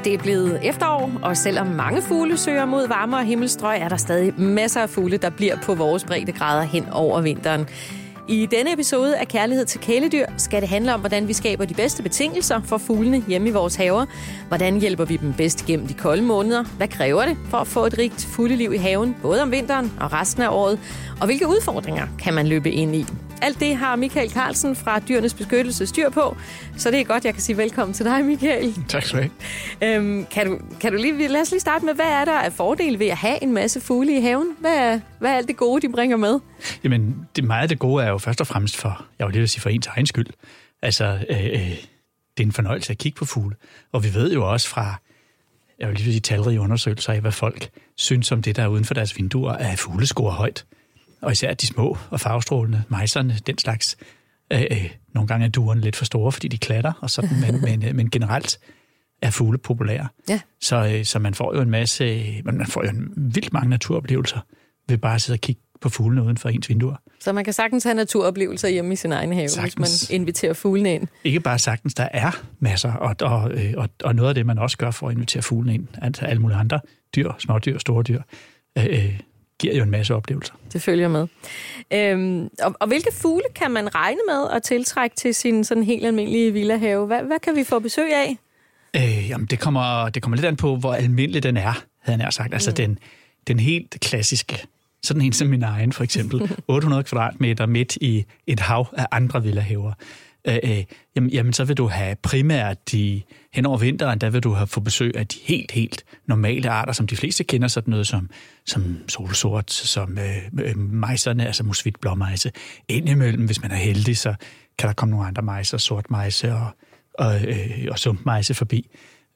Det er blevet efterår, og selvom mange fugle søger mod varmere himmelstrøg, er der stadig masser af fugle, der bliver på vores breddegrader hen over vinteren. I denne episode af Kærlighed til kæledyr skal det handle om, hvordan vi skaber de bedste betingelser for fuglene hjemme i vores haver. Hvordan hjælper vi dem bedst gennem de kolde måneder? Hvad kræver det for at få et rigt fugleliv i haven, både om vinteren og resten af året? Og hvilke udfordringer kan man løbe ind i? Alt det har Michael Carlsen fra Dyrenes Beskyttelse styr på, så det er godt, jeg kan sige velkommen til dig, Michael. Tak skal du have. Kan du lige, lad os lige starte med, hvad er der af fordele ved at have en masse fugle i haven? Hvad er alt det gode, de bringer med? Jamen, meget af det gode er jo først og fremmest jeg vil lige sige for ens egen skyld. Altså, det er en fornøjelse at kigge på fugle. Og vi ved jo også fra, jeg vil lige sige talrige undersøgelser af, hvad folk synes om det, der er uden for deres vinduer, at fugle scorer højt. Og især de små og farvestrålende, mejserne, den slags. Nogle gange er duerne lidt for store, fordi de klatter, og sådan, men generelt er fugle populære. Ja. Så man får jo man får jo en vildt mange naturoplevelser ved bare at sidde og kigge på fuglene uden for ens vinduer. Så man kan sagtens have naturoplevelser hjemme i sin egen have, sagtens. Hvis man inviterer fuglene ind? Ikke bare sagtens, der er masser, og noget af det, man også gør for at invitere fuglene ind, altså alle mulige andre dyr, smådyr, store dyr, giver jo en masse oplevelser. Det følger med. Og hvilke fugle kan man regne med at tiltrække til sin sådan helt almindelige villahave? Hvad kan vi få besøg af? Jamen, det kommer lidt an på, hvor almindelig den er, havde jeg sagt. Altså den helt klassiske, sådan en som min egen for eksempel, 800 kvadratmeter midt i et hav af andre villahaver. Jamen, så vil du have primært hen over vinteren, der vil du have få besøg af de helt normale arter, som de fleste kender, sådan noget som solsort, som mejserne, altså musvit blåmejse. Indimellem, hvis man er heldig, så kan der komme nogle andre mejser, sortmejse og sumpmejse forbi.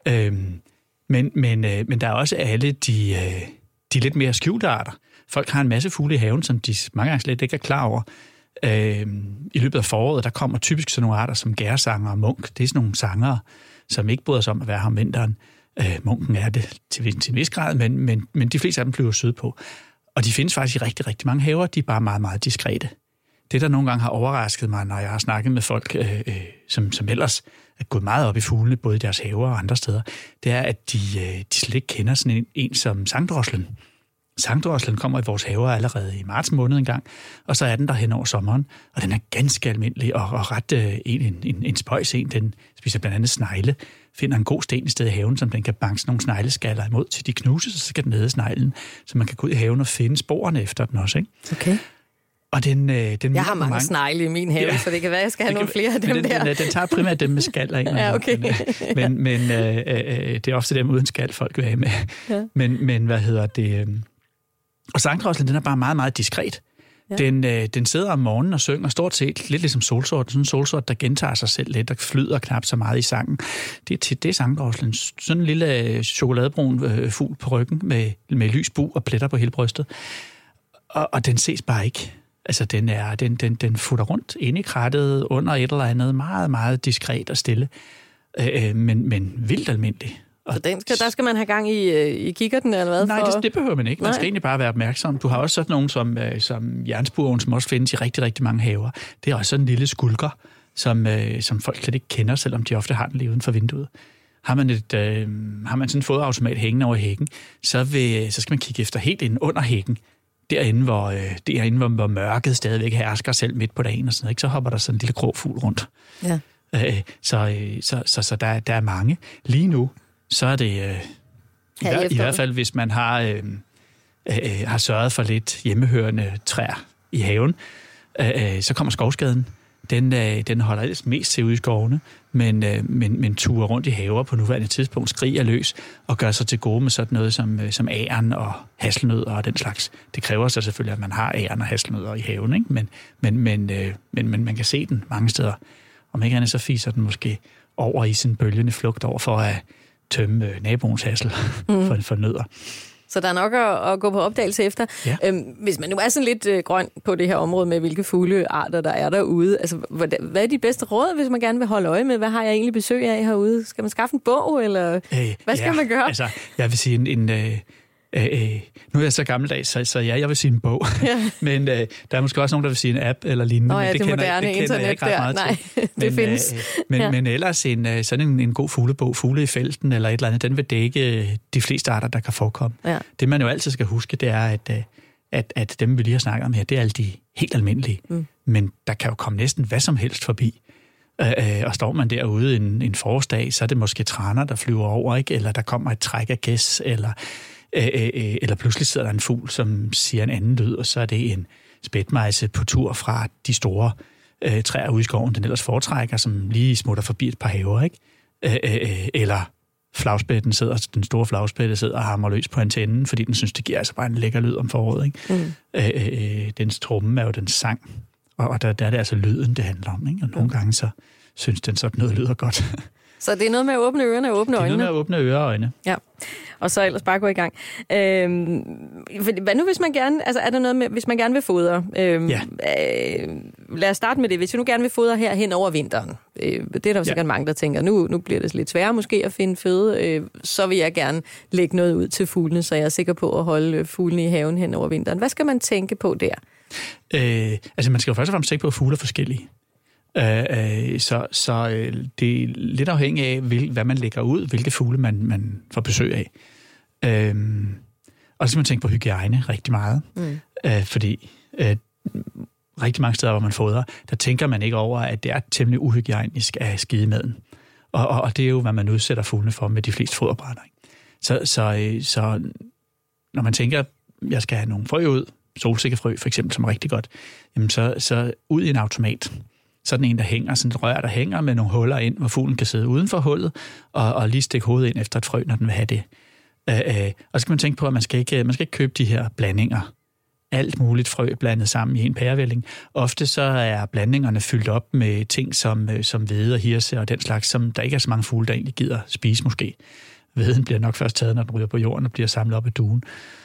Men der er også alle de lidt mere skjulte arter. Folk har en masse fugle i haven, som de mange gange slet ikke er klar over. I løbet af foråret, der kommer typisk sådan nogle arter som gærsanger og munk. Det er sådan nogle sangere, som ikke bryder sig om at være her om vinteren. Munken er det til en vis grad, men de fleste af dem flyver sydpå. Og de findes faktisk i rigtig, rigtig mange haver. De er bare meget, meget diskrete. Det, der nogle gange har overrasket mig, når jeg har snakket med folk, som ellers er gået meget op i fuglene, både i deres haver og andre steder, det er, at de slet ikke kender sådan en som sangdroslen. Sangdroslen kommer i vores haver allerede i marts måned engang, og så er den der hen over sommeren, og den er ganske almindelig og ret en spøjs en. Den spiser blandt andet snegle, finder en god sten i stedet i haven, som den kan banke nogle snegleskaller imod, til de knuses, og så kan den æde sneglen, så man kan gå ud i haven og finde sporene efter den også, ikke? Okay. Og den jeg har mange snegle i min have, så det kan være, at jeg skal have nogle flere af dem der. Den tager primært dem med skaller, ikke? Ja, okay. Men det er ofte dem uden skal, folk vil have med. Ja. Men hvad hedder det? Og sangdroslen, den er bare meget, meget diskret. Ja. Den sidder om morgenen og synger stort set lidt ligesom solsort. Sådan en solsort, der gentager sig selv lidt og flyder knap så meget i sangen. Det er sangdroslen. Sådan en lille chokoladebrun fugl på ryggen med lys bug og pletter på hele brystet. Og den ses bare ikke. Altså, den futter rundt inde i krattet under et eller andet meget, meget diskret og stille. Men vildt almindelig. Så der skal man have gang i kikkerten, eller hvad? Nej, det behøver man ikke. Man skal egentlig bare være opmærksom. Du har også sådan nogen som jernspurven, som også findes i rigtig, rigtig mange haver. Det er også sådan en lille skulker, som folk slet ikke kender, selvom de ofte har den lige uden for vinduet. Har man sådan en fodautomat hængende over hækken, så skal man kigge efter helt inde under hækken. Derinde, hvor mørket stadigvæk hersker selv midt på dagen og sådan noget, ikke? Så hopper der sådan en lille grå fugl rundt. Ja. Så der er mange. Lige nu, så er det i hvert fald, hvis man har sørget for lidt hjemmehørende træer i haven, så kommer skovskaden. Den holder ellers mest til ude i skovene, men turer rundt i haver på nuværende tidspunkt, skriger løs og gør sig til gode med sådan noget som æren og hasselnødder og den slags. Det kræver så selvfølgelig, at man har æren og hasselnødder i haven, ikke? Men man kan se den mange steder. Om ikke andet, så fiser den måske over i sin bølgende flugt over for at tømme naboens hassel for nødder. Så der er nok at gå på opdagelse efter. Ja. Hvis man nu er sådan lidt grøn på det her område med, hvilke fuglearter der er derude, altså, hvad er de bedste råd, hvis man gerne vil holde øje med? Hvad har jeg egentlig besøg af herude? Skal man skaffe en bog, eller hvad skal man gøre? Altså, jeg vil sige, Nu er jeg så gammeldags, så ja, jeg vil sige en bog. Ja. Men der er måske også nogen, der vil sige en app eller lignende. Ja, men det kender jeg ikke ret meget til. Nej, det findes. Men ellers sådan en god fuglebog, Fugle i felten eller et eller andet, den vil dække de fleste arter, der kan forekomme. Ja. Det man jo altid skal huske, det er, at dem, vi lige har snakket om her, det er alle de helt almindelige. Men der kan jo komme næsten hvad som helst forbi. Og står man derude en forårsdag, så er det måske traner, der flyver over, ikke? Eller der kommer et træk af gæs, eller pludselig sidder der en fugl, som siger en anden lyd, og så er det en spætmejse på tur fra de store træer ude i skoven, den ellers foretrækker, som lige smutter forbi et par haver, ikke? Eller flagspætten den store flagspætte sidder og hamrer løs på antennen, fordi den synes, det giver altså bare en lækker lyd om foråret, ikke? Dens tromme er jo den sang, og der er det altså lyden, det handler om, ikke? Og nogle gange så synes den sådan noget lyder godt. Så det er noget med at åbne ørerne og åbne øjnene? Det er noget med at åbne ører og øjne. Ja, og så ellers bare gå i gang. Hvad nu, hvis man gerne, altså er der noget med, hvis man gerne vil fodre? Lad os starte med det. Hvis vi nu gerne vil fodre her hen over vinteren, det er der jo sikkert mange, der tænker, nu bliver det lidt sværere måske at finde føde, så vil jeg gerne lægge noget ud til fuglene, så jeg er sikker på at holde fuglene i haven hen over vinteren. Hvad skal man tænke på der? Altså man skal jo først og fremmest tænke på, at fugle er forskellige. Så det er lidt afhængigt af, hvad man lægger ud, hvilke fugle man får besøg af. Og så skal man tænke på hygiejne rigtig meget. Fordi rigtig mange steder, hvor man fodrer, der tænker man ikke over, at det er temmelig uhygiejnisk at skide maden. Og det er jo, hvad man udsætter fuglene for med de fleste foderbrænder. Så når man tænker, at jeg skal have nogle frø ud, solsikkefrø for eksempel, som er rigtig godt, jamen så ud i en automat. Sådan en, der hænger, sådan et rør, der hænger med nogle huller ind, hvor fuglen kan sidde uden for hullet, og lige stikke hovedet ind efter et frø, når den vil have det. Og så skal man tænke på, at man skal ikke købe de her blandinger. Alt muligt frø blandet sammen i en pærevælling. Ofte så er blandingerne fyldt op med ting som hvede og hirse og den slags, som der ikke er så mange fugle, der egentlig gider spise måske. Hveden bliver nok først taget, når den ryger på jorden og bliver samlet op i duen.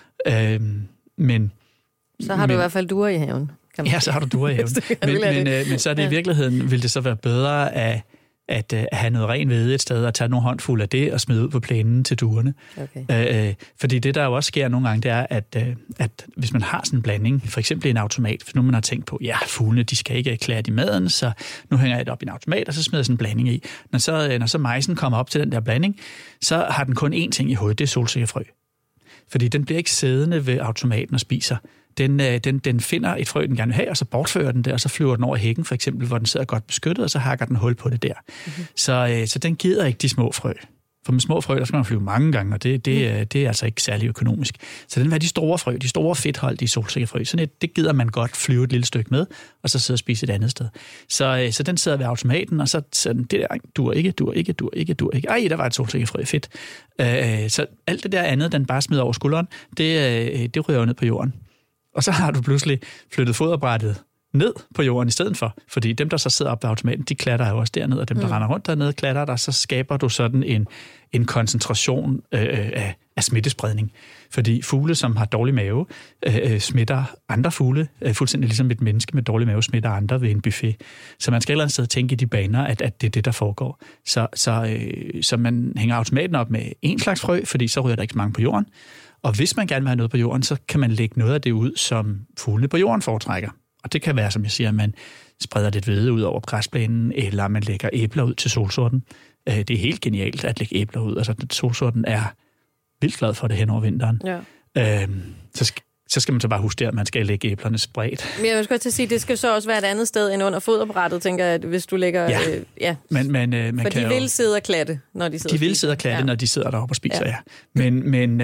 Så har du i hvert fald duer i haven. Ja, så har du duer i haven. Men så er det i virkeligheden, vil det så være bedre at have noget ren hvede et sted, og tage nogle håndfulde af det og smide ud på plænen til duerne. Okay. Fordi det, der jo også sker nogle gange, det er, at hvis man har sådan en blanding, for eksempel i en automat, for nu man har tænkt på, ja, fuglene, de skal ikke klæde i maden, så nu hænger jeg det op i en automat, og så smider jeg sådan en blanding i. Når så mejsen kommer op til den der blanding, så har den kun én ting i hovedet, det er solsikkefrø. Fordi den bliver ikke siddende ved automaten og spiser. Den finder et frø, den gerne vil have, og så bortfører den det, og så flyver den over hækken, for eksempel, hvor den sidder godt beskyttet, og så hakker den hul på det der. Så den gider ikke de små frø. For med små frø, der skal man flyve mange gange, og det er altså ikke særlig økonomisk. Så den vil have de store frø, de store fedtholdige solsikkefrø. Sådan det gider man godt flyve et lille stykke med, og så sidde og spise et andet sted. Så den sidder ved automaten, og så det der, dur ikke. Ej, der var et solsikkefrø, fedt. Så alt det der andet, den bare smider over skulderen, det ryger jo ned på jorden. Og så har du pludselig flyttet foderbrættet ned på jorden i stedet for. Fordi dem, der så sidder oppe ved automaten, de klatter jo også derned, og dem, der render rundt dernede, klatter der, så skaber du sådan en koncentration af smittespredning. Fordi fugle, som har dårlig mave, smitter andre fugle, fuldstændig ligesom et menneske med dårlig mave smitter andre ved en buffet. Så man skal et eller andet sted tænke i de baner, at det er det, der foregår. Så man hænger automaten op med en slags frø, fordi så ryger der ikke så mange på jorden. Og hvis man gerne vil have noget på jorden, så kan man lægge noget af det ud, som fuglene på jorden foretrækker. Og det kan være, som jeg siger, at man spreder lidt hvede ud over græsplænen, eller man lægger æbler ud til solsorten. Det er helt genialt at lægge æbler ud. Altså, solsorten er vildt glad for det hen over vinteren. Ja. Så skal man så bare huske, at man skal lægge æblerne spredt. Men jeg vil godt til at sige, at det skal så også være et andet sted end under foderbrættet, tænker jeg, at hvis du lægger... Man for de vil sidde og klatte, når de sidder og spiser. De vil sidde og klatte, når de sidder deroppe og spiser, ja. Men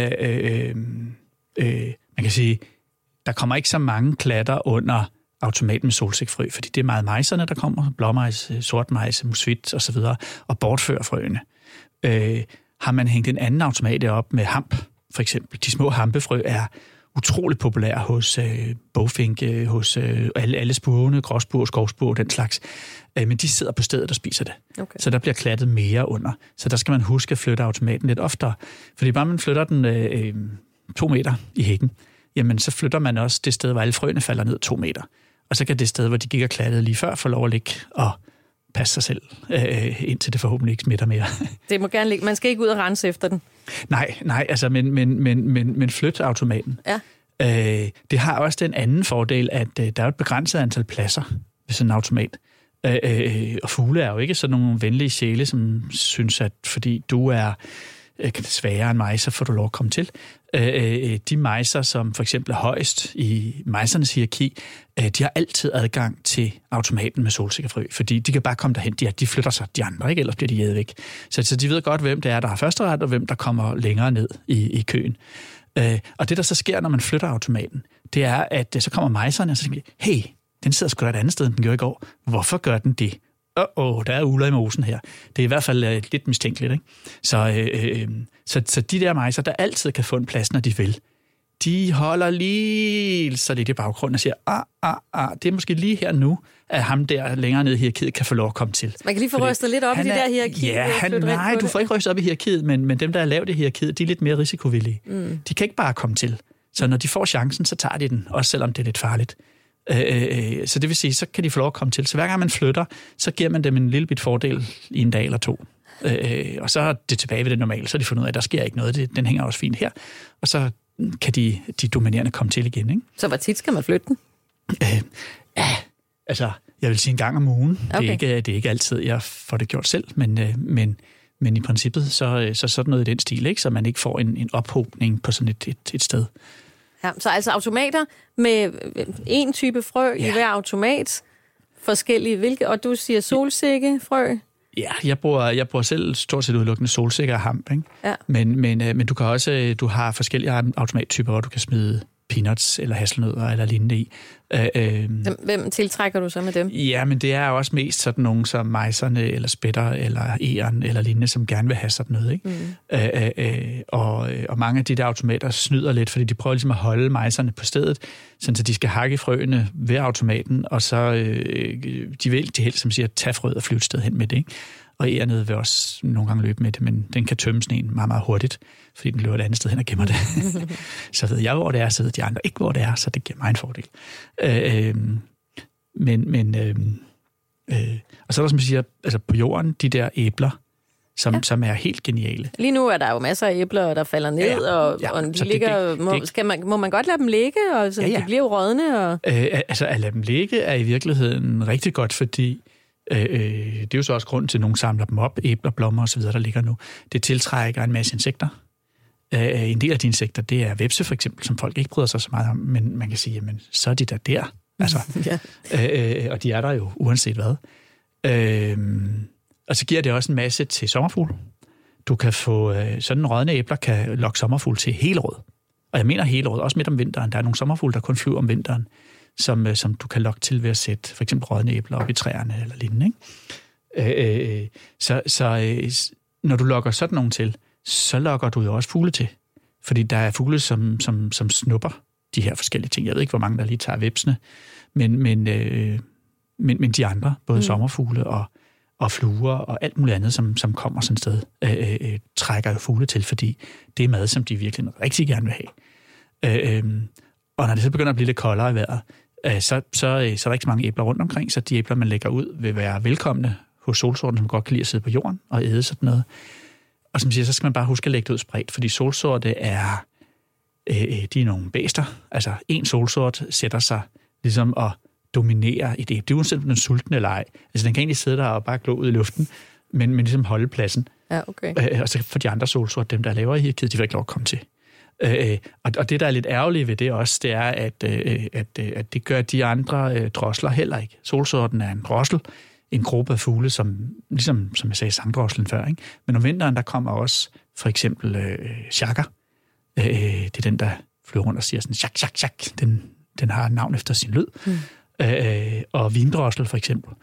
man kan sige, der kommer ikke så mange klatter under automat med solsikkefrø, fordi det er meget mejserne, der kommer, blåmejs, sortmejs, musvit osv., og bortfører frøene. Har man hængt en anden automat op med hamp, for eksempel, de små hampefrø er utroligt populære hos bogfinke, hos alle spurvene, gråspurv, skovspurv, den slags. Men de sidder på stedet og spiser det. Okay. Så der bliver klattet mere under. Så der skal man huske at flytte automaten lidt oftere. Fordi bare man flytter den 2 meter i hækken, jamen så flytter man også det sted, hvor alle frøene falder ned 2 meter. Og så kan det sted, hvor de gik og klattede lige før, få lov at ligge og passe sig selv, indtil det forhåbentlig ikke smitter mere. Det må gerne ligge. Man skal ikke ud og rense efter den. Nej, altså, men flyt automaten. Ja. Det har også den anden fordel, at der er et begrænset antal pladser ved sådan en automat. Og fugle er jo ikke sådan nogle venlige sjæle, som synes, at fordi du er svagere end mig, så får du lov at komme til. De mejser, som for eksempel er højst i mejsernes hierarki, de har altid adgang til automaten med solsikkefrø, fordi de kan bare komme derhen. De flytter sig, de andre, ikke? Ellers bliver de jævet væk. Så de ved godt, hvem det er, der har første ret, og hvem der kommer længere ned i køen. Og det, der så sker, når man flytter automaten, det er, at så kommer mejserne, og så siger hey, den sidder sgu da et andet sted, end den gjorde i går. Hvorfor gør den det? Der er uler i mosen her. Det er i hvert fald lidt mistænkeligt, ikke? Så de der mejser, der altid kan få en plads, når de vil, de holder lige så lidt i baggrunden og siger, det er måske lige her nu, at ham der længere nede i hierarkiet kan få lov at komme til. Man kan lige få rystet lidt op i det der hierarki. Ja, nej, du får ikke rystet op i hierarkiet, men dem, der er lavt i hierarkiet, de er lidt mere risikovillige. De kan ikke bare komme til. Så når de får chancen, så tager de den, også selvom det er lidt farligt. Så det vil sige, så kan de få lov at komme til. Så hver gang man flytter, så giver man dem en lille bit fordel i en dag eller to. Og så er det tilbage ved det normale, så er de fundet ud af, at der sker ikke noget. Den hænger også fint her. Og så kan de dominerende komme til igen. Ikke? Så hvor tit skal man flytte den? Altså, jeg vil sige en gang om ugen. Okay. Det er ikke altid, jeg får det gjort selv, men i princippet, så sådan noget i den stil, ikke? Så man ikke får en ophobning på sådan et sted. Ja, så altså automater med en type frø i hver automat, forskellige hvilke, og du siger solsikkefrø? Ja, jeg bruger selv stort set udelukkende solsikker og hamp, ikke? Ja. Men du kan også, du har forskellige automattyper, hvor du kan smide peanuts eller hasselnødder eller lignende i. Hvem tiltrækker du så med dem? Ja, men det er også mest sådan nogen som mejserne eller spætter eller egern eller lignende, som gerne vil have sådan noget. Ikke? Og mange af de der automater snyder lidt, fordi de prøver ligesom at holde mejserne på stedet, så de skal hakke frøene ved automaten, og så de vil helst, som siger, tage frøet og flyve et sted hen med det. Ikke? Og egernet vil også nogle gange løbe med det, men den kan tømme sådan en meget, meget hurtigt, fordi den løber et andet sted hen og gemmer det. Så ved jeg, hvor det er, så ved de andre ikke, hvor det er, så det giver mig en fordel. Og så er der, som jeg siger, altså på jorden, de der æbler, som er helt geniale. Lige nu er der jo masser af æbler, der falder ned, og de ligger, må man godt lade dem ligge, og så de bliver rådne? Og... altså at lade dem ligge er i virkeligheden rigtig godt, fordi det er jo så også grund til, at nogen samler dem op, æbler, blommer osv., der ligger nu. Det tiltrækker en masse insekter. En del af de insekter, det er hvepse for eksempel, som folk ikke bryder sig så meget om, men man kan sige, jamen, så er de der. Altså, og de er der jo uanset hvad. Og så giver det også en masse til sommerfugle. Du kan få sådan rådne æbler, kan lokke sommerfugle til hele året. Og jeg mener hele året, også midt om vinteren. Der er nogle sommerfugle, der kun flyver om vinteren, som du kan lokke til ved at sætte for eksempel rådne æbler op i træerne eller lignende. Ikke? Så når du lokker sådan nogen til, så lokker du jo også fugle til. Fordi der er fugle, som snupper de her forskellige ting. Jeg ved ikke, hvor mange der lige tager hvepsene, men de andre, både sommerfugle og fluer og alt muligt andet, som kommer sådan et sted, trækker jo fugle til, fordi det er mad, som de virkelig rigtig gerne vil have. Og når det så begynder at blive lidt koldere i vejret, så er der ikke så mange æbler rundt omkring, så de æbler, man lægger ud, vil være velkomne hos solsorten, som godt kan lide at sidde på jorden og æde sådan noget. Og som siger, så skal man bare huske at lægge det ud spredt, fordi solsorte de er nogle bæster. Altså, en solsort sætter sig ligesom at dominere et æble. Det er uanset om den er sulten eller ej. Altså, den kan egentlig sidde der og bare glå ud i luften, men ligesom holde pladsen. Ja, okay. Og så for de andre solsorte, dem der laver i hierarkiet, de vil ikke lov at komme til. Og det, der er lidt ærgerligt ved det også, det er, at det gør de andre drosler heller ikke. Solsorten er en drossel, en gruppe af fugle, som ligesom, som jeg sagde, sangdroslen før. Ikke? Men om vinteren, der kommer også for eksempel sjakker. Det er den, der flyver rundt og siger sådan, sjak, sjak, sjak. Den har et navn efter sin lyd. Og vindrossel for eksempel.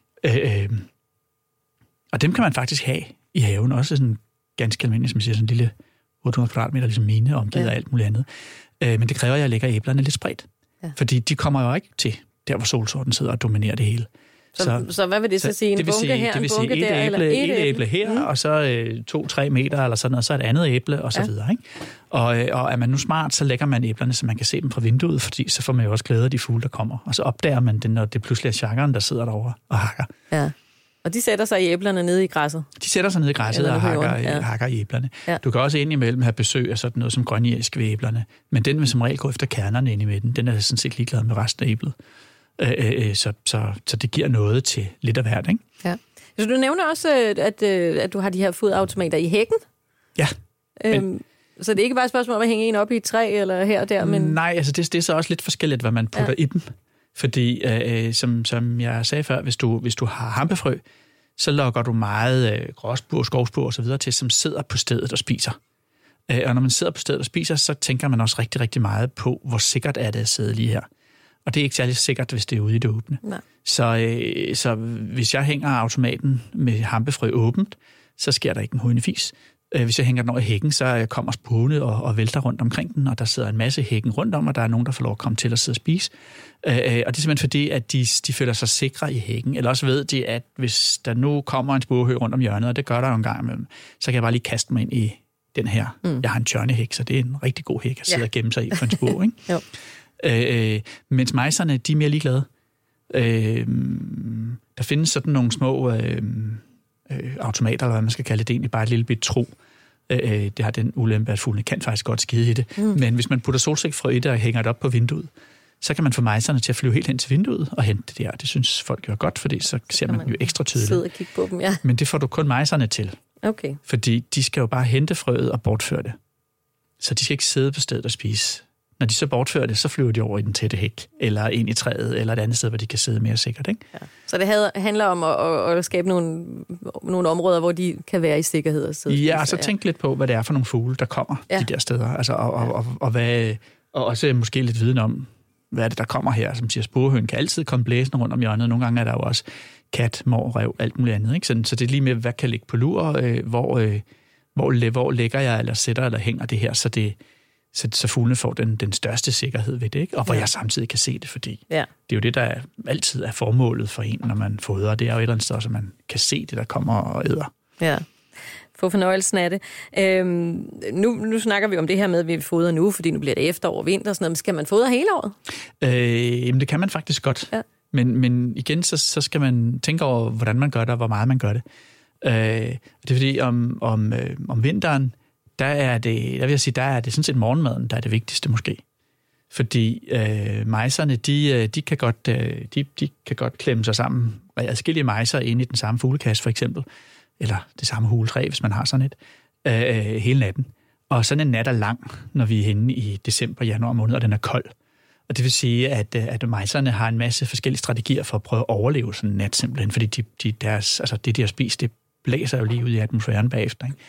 Og dem kan man faktisk have i haven, også sådan ganske almindeligt, som siger, sådan en lille 800 kvadratmeter, ligesom mine, omgivet af alt muligt andet. Men det kræver, at jeg lægger æblerne lidt spredt. Ja. Fordi de kommer jo ikke til der, hvor solsorten sidder og dominerer det hele. Så hvad vil det så sige? En bunke her, en bunke der, eller et æble her, og så 2-3 meter, eller sådan noget, så et andet æble, og så videre. Ikke? Og er man nu smart, så lægger man æblerne, så man kan se dem fra vinduet, fordi så får man jo også glæde af de fugle, der kommer. Og så opdager man det, når det pludselig er sjakkeren, der sidder derovre og hakker. Ja. Og de sætter sig i æblerne nede i græsset? De sætter sig nede i græsset og hakker i æblerne. Ja. Du kan også indimellem have besøg af sådan noget som grønjæsk ved æblerne, men den vil som regel gå efter kernerne inde i midten. Den er sådan set ligeglad med resten af æblet. Så det giver noget til lidt af hvert, ikke? Ja. Så du nævner også, at du har de her fodautomater i hækken? Ja. Så det er ikke bare et spørgsmål om at hænge en op i et træ eller her og der? Men... Nej, altså det er så også lidt forskelligt, hvad man putter i dem. Fordi, som jeg sagde før, hvis du har hampefrø, så lokker du meget gråsbur, skovsbur og så videre til, som sidder på stedet og spiser. Og når man sidder på stedet og spiser, så tænker man også rigtig, rigtig meget på, hvor sikkert er det at sidde lige her. Og det er ikke særlig sikkert, hvis det er ude i det åbne. Så hvis jeg hænger automaten med hampefrø åbent, så sker der ikke en hujende fis. Hvis jeg hænger den over i hækken, så kommer spurvene og vælter rundt omkring den, og der sidder en masse hækken rundt om, og der er nogen, der får lov at komme til at sidde og spise. Og det er simpelthen fordi, at de føler sig sikre i hækken. Eller også ved de, at hvis der nu kommer en spurvehø rundt om hjørnet, og det gør der jo en gang imellem, så kan jeg bare lige kaste mig ind i den her. Jeg har en tjørnehæk, så det er en rigtig god hæk at sidde og gemme sig i for en spurve, ikke? Mens mejserne, de er mere ligeglade. Der findes sådan nogle små automater, eller hvad man skal kalde det, egentlig bare et lille bit tro. Det har den ulempe, at fuglene kan faktisk godt skide i det. Men hvis man putter solsikkefrø i det og hænger det op på vinduet, så kan man få mejserne til at flyve helt hen til vinduet og hente det der. Det synes folk jo er godt, fordi så ser man jo ekstra tydeligt. Sidde og kigge på dem, ja. Men det får du kun mejserne til. Okay. Fordi de skal jo bare hente frøet og bortføre det. Så de skal ikke sidde på stedet og spise. Når de så bortfører det, så flyver de over i den tætte hæk, eller ind i træet, eller et andet sted, hvor de kan sidde mere sikkert, ikke? Ja. Så det handler om at skabe nogle områder, hvor de kan være i sikkerhed og sidde. Ja, og så tænk lidt på, hvad det er for nogle fugle, der kommer de der steder. Altså, og også måske lidt viden om, hvad er det, der kommer her. Som siger, spurvehøen kan altid komme blæsende rundt om hjørnet. Nogle gange er der jo også kat, mår, ræv, alt muligt andet, ikke? Så det er lige med, hvad kan ligge på lur, hvor lægger jeg, eller sætter, eller hænger det her, så fuglene får den største sikkerhed ved det, ikke? Og hvor jeg samtidig kan se det, fordi det er jo det, der altid er formålet for en, når man fodrer. Det er jo et eller andet sted, så man kan se det, der kommer og æder. Ja, få fornøjelsen af det. Nu snakker vi om det her med, at vi fodrer nu, fordi nu bliver det efterår og vinter og sådan noget. Men skal man fodre hele året? Jamen, det kan man faktisk godt. Ja. Men igen, så skal man tænke over, hvordan man gør det, og hvor meget man gør det. Det er fordi, om vinteren, der vil jeg sige, der er det sådan set morgenmaden, der er det vigtigste måske. Fordi mejserne, de kan godt klemme sig sammen. Adskillige mejser inde i den samme fuglekasse, for eksempel. Eller det samme huletræ, hvis man har sådan et, hele natten. Og sådan en nat er lang, når vi er henne i december, januar måned, og den er kold. Og det vil sige, at mejserne har en masse forskellige strategier for at prøve at overleve sådan en nat, simpelthen. Fordi det, de har spist, det blæser jo lige ud i atmosfæren bagefter, ikke?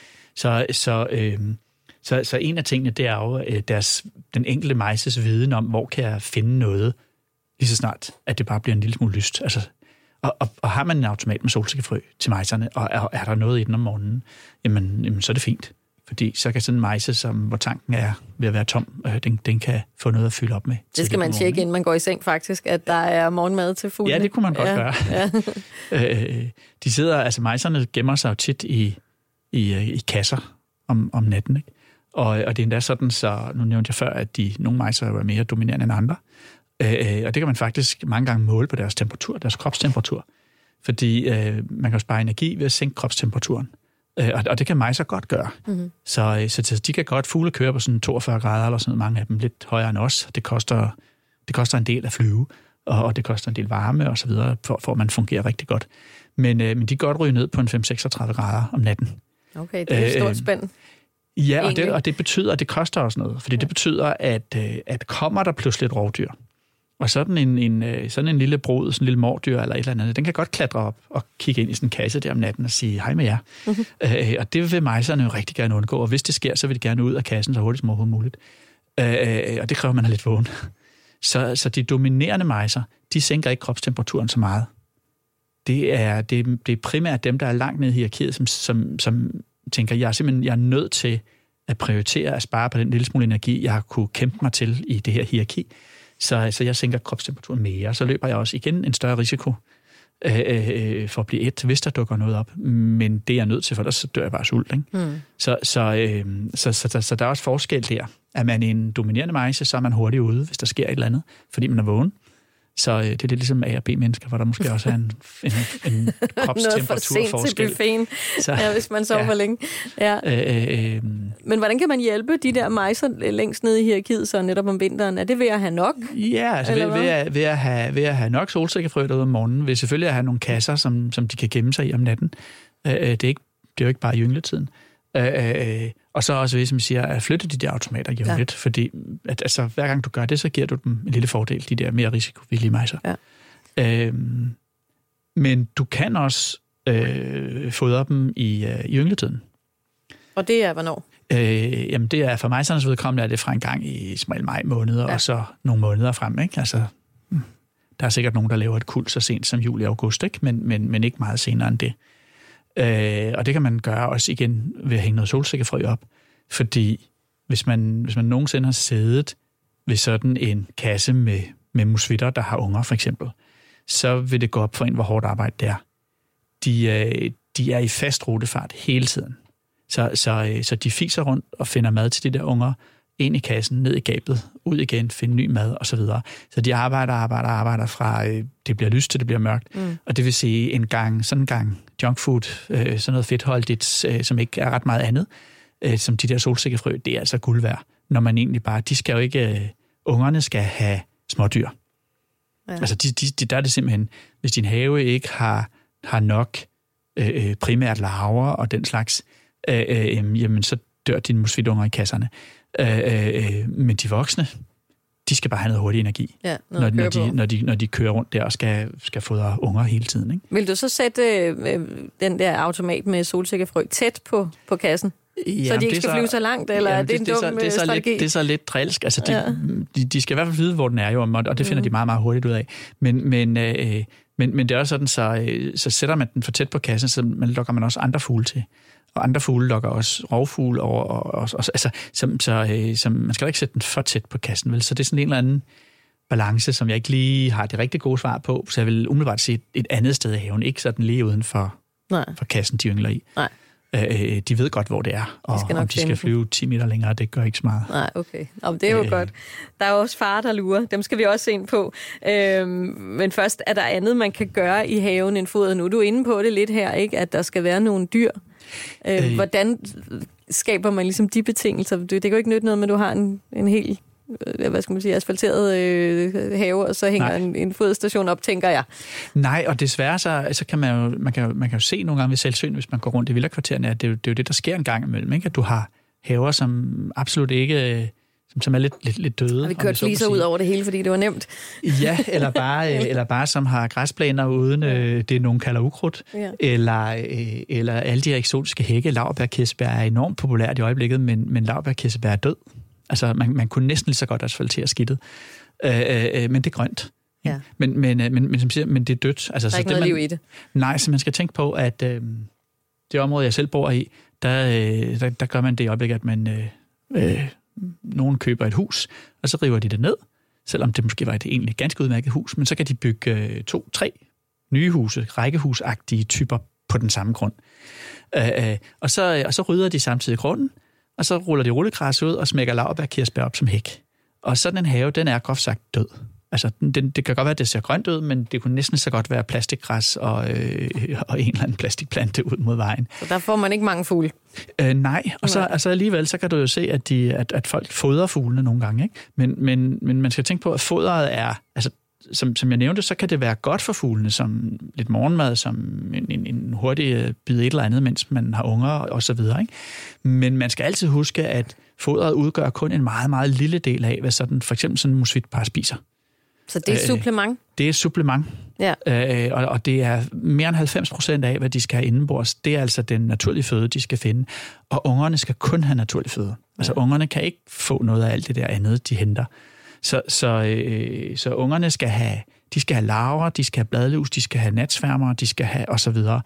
Så en af tingene, det er jo den enkelte mejses viden om, hvor kan jeg finde noget, lige så snart, at det bare bliver en lille smule lyst. Altså, og har man en automat med solsikkefrø til mejserne, og er der noget i den om morgenen, jamen så er det fint. Fordi så kan sådan en mejse, hvor tanken er ved at være tom, den kan få noget at fylde op med. Det skal man tjekke, inden man går i seng faktisk, at der er morgenmad til fuglene. Ja, det kunne man godt gøre. Ja. Mejserne gemmer sig jo tit i kasser om natten, ikke? Og det er endda sådan, så nu nævnte jeg før, at nogle mejser er mere dominerende end andre. Og det kan man faktisk mange gange måle på deres temperatur, deres kropstemperatur. Fordi man kan spare energi ved at sænke kropstemperaturen. Og det kan mejser godt gøre. Mm-hmm. Så de kan godt fugle køre på sådan 42 grader eller sådan noget, mange af dem lidt højere end os. Det koster en del at flyve, og det koster en del varme og så videre, for at man fungerer rigtig godt. Men de kan godt ryge ned på en 5-36 grader om natten. Okay, det er et stort spænd. Ja, og det betyder, at det koster også noget. Fordi det betyder, at kommer der pludselig et rovdyr, og sådan en lille brud, sådan en lille mordyr eller et eller andet, den kan godt klatre op og kigge ind i sådan en kasse der om natten og sige, hej med jer. Mm-hmm. Og det vil mejserne jo rigtig gerne undgå, og hvis det sker, så vil de gerne ud af kassen så hurtigt som overhovedet muligt. Og det kræver, man er lidt vågen. Så de dominerende mejser, de sænker ikke kropstemperaturen så meget. Det er primært dem, der er langt nede i hierarkiet, som tænker, jeg er nødt til at prioritere at spare på den lille smule energi, jeg har kunne kæmpe mig til i det her hierarki. Så jeg sænker kropstemperaturen mere, så løber jeg også igen en større risiko for at blive et, hvis der dukker noget op. Men det er jeg nødt til, for ellers dør jeg bare sult. Ikke? Mm. Så der er også forskel der. Er man en dominerende mejse, så er man hurtigt ude, hvis der sker et eller andet, fordi man er vågen. Så det er lidt ligesom A- og B-mennesker, hvor der måske også er en kropstemperaturforskel. Ja, hvis man sover for længe. Ja. Men hvordan kan man hjælpe de der mejser længst nede i hierarkiet, så netop om vinteren? Er det ved at have nok? Ja, altså ved at have nok solsikkefrø derude om morgenen, ved selvfølgelig at have nogle kasser, som de kan gemme sig i om natten. Det er jo ikke bare i yngletiden. Og så også, hvis man siger, at flytte de der automater jævnligt, fordi hver gang du gør det, så giver du dem en lille fordel, de der mere risikovillige mejser. Ja. Men du kan også fodre dem i yngletiden. Og det er hvornår? Jamen det er for mejsernes vedkommende, er det fra en gang i maj måneder, og så nogle måneder frem, ikke? Altså, der er sikkert nogen, der laver et kuld så sent som juli og august, ikke? Men ikke meget senere end det. Og det kan man gøre også igen ved at hænge noget solsikkefrø op. Fordi hvis man nogensinde har siddet ved sådan en kasse med musvitter, der har unger for eksempel, så vil det gå op for en, hvor hårdt arbejde det er. De er i fast rutefart hele tiden. Så de fiser rundt og finder mad til de der unger, ind i kassen, ned i gabet, ud igen, finde ny mad osv. Så de arbejder fra det bliver lyst til det bliver mørkt. Og det vil sige sådan en gang junkfood, sådan noget fedtholdigt, som ikke er ret meget andet, som de der solsikkefrø, det er altså guld værd. Når man egentlig bare, de skal jo ikke, ungerne skal have smådyr. Ja. Altså der er det simpelthen, hvis din have ikke har nok primært larver og den slags, jamen så dør dine musvitunger i kasserne. Men de voksne, de skal bare have noget hurtig energi, når de kører rundt der og skal fodre unger hele tiden. Ikke? Vil du så sætte den der automat med solsikkefrø tæt på kassen? Jamen, så de ikke skal flyve så langt, eller er det en dum strategi? Det er så lidt drilsk. Altså, de skal i hvert fald vide, hvor den er, jo, og det finder de meget, meget hurtigt ud af. Men det er også sådan, så sætter man den for tæt på kassen, så lokker man også andre fugle til. Og andre fugle lokker også rovfugle over. Så man skal ikke sætte den for tæt på kassen, vel? Så det er sådan en eller anden balance, som jeg ikke lige har det rigtig gode svar på. Så jeg vil umiddelbart sige et andet sted i haven, ikke sådan lige uden for kassen, de yngler i. Nej. De ved godt, hvor det er, og om de skal flyve 10 meter længere, det gør ikke så meget. Nej, okay. Det er jo godt. Der er jo også farer, der lurer. Dem skal vi også ind på. Men først, er der andet, man kan gøre i haven end foder? Nu er du inde på det lidt her, ikke? At der skal være nogle dyr. Hvordan skaber man ligesom de betingelser? Det kan jo ikke nytte noget, men du har en helt asfalteret have, og så hænger en foderstation op, tænker jeg. Nej, og desværre så kan man kan jo se nogle gange ved Selsøen, hvis man går rundt i villakvartererne, at det er jo det, der sker en gang imellem, ikke? At du har haver, som absolut ikke som er lidt døde. Og vi kørte fliser ud over det hele, fordi det var nemt. Ja, eller bare som har græsplæner uden det, nogen kalder ukrudt. Ja. Eller alle de her eksotiske hække. Laurbærkirsebær er enormt populært i øjeblikket, men laurbærkirsebær er død. Altså, man kunne næsten lige så godt asfaltere skidtet. Men det er grønt. Ja. Men som siger, men det er dødt. Altså, der er ikke noget liv i det. Nej, så man skal tænke på, at det område, jeg selv bor i, der gør man det i øjeblikket, at man nogen køber et hus, og så river de det ned, selvom det måske var et egentlig ganske udmærket hus, men så kan de bygge 2-3 nye huse, rækkehusagtige typer på den samme grund. Og så rydder de samtidig grunden, og så ruller de rullegræs ud og smækker laurbærkirsebær op som hæk. Og sådan en have, den er groft sagt død. Altså, det kan godt være, at det ser grønt ud, men det kunne næsten så godt være plastikgræs og en eller anden plastikplante ud mod vejen. Så der får man ikke mange fugle? Nej, og så altså alligevel, så kan du jo se, at folk fodrer fuglene nogle gange, ikke? Men man skal tænke på, at fodret er, altså, som jeg nævnte, så kan det være godt for fuglene, som lidt morgenmad, som en hurtig bid et eller andet, mens man har unger og så videre, ikke? Men man skal altid huske, at fodret udgør kun en meget, meget lille del af, hvad sådan, for eksempel sådan en musvitpar spiser. Så det er supplement? Det er supplement. Ja. Og det er mere end 90% af, hvad de skal have indenbords. Det er altså den naturlige føde, de skal finde. Og ungerne skal kun have naturlig føde. Altså ungerne kan ikke få noget af alt det der andet, de henter. Så ungerne skal have larver, de skal have bladlus, de skal have natsværmere, de skal have og så videre.